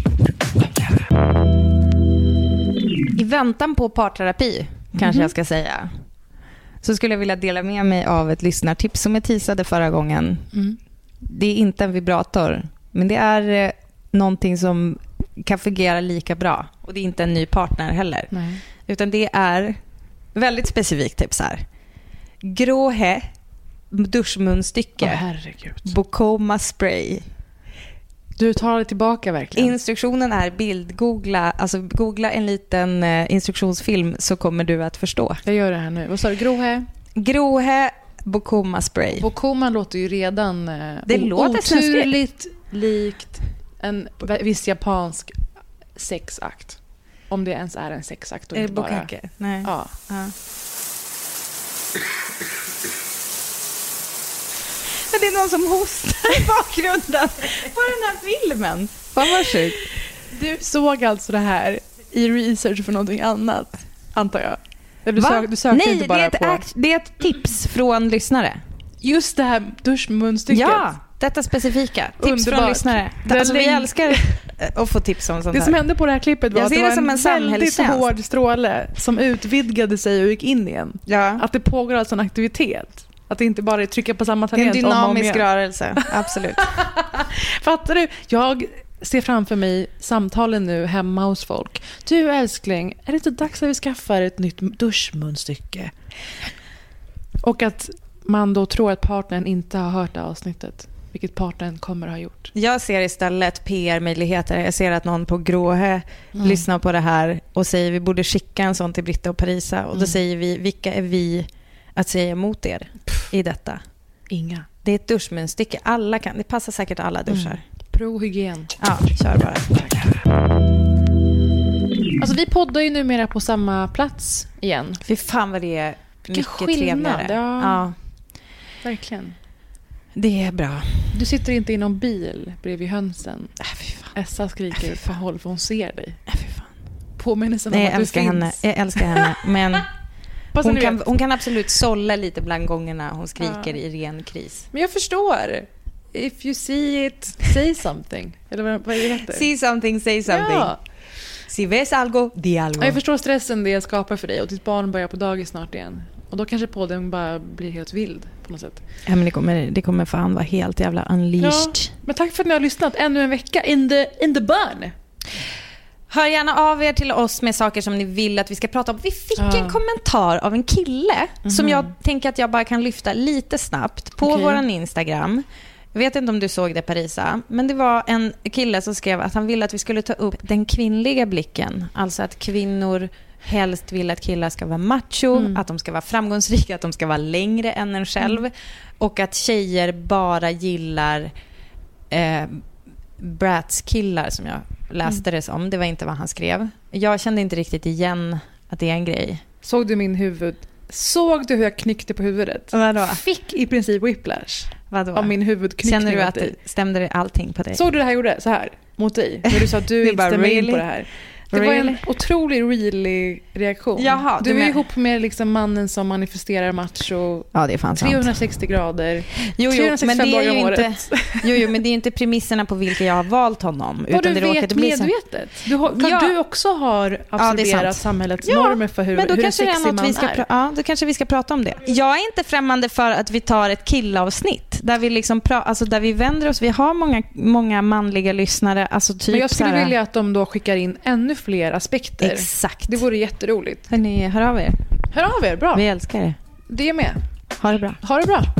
I väntan på parterapi, kanske jag ska säga, så skulle jag vilja dela med mig av ett lyssnartips som jag teasade förra gången. Det är inte en vibrator, men det är någonting som kan fungera lika bra. Och det är inte en ny partner heller. Nej. Utan det är väldigt specifikt tips här. Gråhe duschmunstycke. Bokoma spray. Du tar det tillbaka verkligen. Instruktionen är bildgoogla. Alltså googla en liten instruktionsfilm så kommer du att förstå. Jag gör det här nu. Vad sa du? Gråhe Bokoma spray. Bokoma låter ju redan det låter oturligt likt en viss japansk sexakt. Om det ens är en sexakt och inte bara... Bokake? Nej. Ja. Det är någon som hostar i bakgrunden på den här filmen. Vad sjukt. Du såg alltså det här i research för någonting annat, antar jag. Du sökte Nej, inte bara det är ett tips från lyssnare. Just det här duschmunstycket. Ja, detta specifika. Tips från lyssnare. Alltså, vi älskar att få tips om sånt här. Det som hände på det här klippet var att det var en väldigt hård stråle som utvidgade sig och gick in igen. Ja. Att det pågår alltså en aktivitet. Att det inte bara är trycka på samma tangent. Det är en dynamisk rörelse, absolut. Fattar du? Jag ser framför mig samtalen nu hemma hos folk. Du älskling, är det inte dags att vi skaffar ett nytt duschmunstycke? Och att man då tror att partnern inte har hört det avsnittet. Vilket partnern kommer att ha gjort. Jag ser istället PR-möjligheter. Jag ser att någon på Gråhe lyssnar på det här och säger vi borde skicka en sån till Britta och Parisa. Och då säger vi, vilka är vi att säga emot er i detta? Inga. Det är ett duschmunstycke. Alla kan. Det passar säkert alla duschar. Pro-hygien. Ja, kör bara. Alltså vi poddar ju numera på samma plats igen. Fy fan vad det är mycket trevligare. Ja. Verkligen. Det är bra. Du sitter inte i någon bil bredvid hönsen. Essa skriker för håll för hon ser dig. Påminnelsen om att du finns. Jag älskar henne. Men hon kan absolut sålla lite bland gångerna hon skriker i ren kris. Men jag förstår. If you see it, say something. Eller vad är det heter? See something, say something. Ja. Si ves algo, di algo. Jag förstår stressen det skapar för dig. Och ditt barn börjar på dagis snart igen. Och då kanske podden bara blir helt vild på något sätt. Ja, men det kommer fan vara helt jävla unleashed. Ja, men tack för att ni har lyssnat ännu en vecka in the burn. Hör gärna av er till oss med saker som ni vill att vi ska prata om. Vi fick en kommentar av en kille som jag tänker att jag bara kan lyfta lite snabbt på våran Instagram. Jag vet inte om du såg det, Parisa, men det var en kille som skrev att han ville att vi skulle ta upp den kvinnliga blicken. Alltså att kvinnor helst vill att killar ska vara macho, att de ska vara framgångsrika, att de ska vara längre än en själv och att tjejer bara gillar bratskillar som jag läste det som. Det var inte vad han skrev. Jag kände inte riktigt igen att det är en grej. Såg du min huvud? Såg du hur jag knyckte på huvudet? Vadå? Fick i princip whiplash. Vadå? Av min huvudknyckning. Känner du att det stämde allting på dig? Såg du det här gjorde? Så här, mot dig. När du sa att du inte stämmer in på det här. Det var en otrolig really reaktion. Jaha, du är ihop med liksom mannen som manifesterar macho. Ja, det är fan 360 grader. Jo, men det är ju inte. Jo, men det är inte premisserna på vilka jag har valt honom. Vad utan du det vet medvetet. Du också har absorberat samhällets normer för hur sexig man är. Ja, då kanske vi ska prata om det. Jag är inte främmande för att vi tar ett killavsnitt där vi liksom där vi vänder oss. Vi har många manliga lyssnare. Alltså typ men jag skulle vilja att de då skickar in ännu fler aspekter. Exakt. Det vore jätteroligt. Hörrni, hör av er. Hör av er, bra. Vi älskar det. Det är med. Ha det bra. Ha det bra.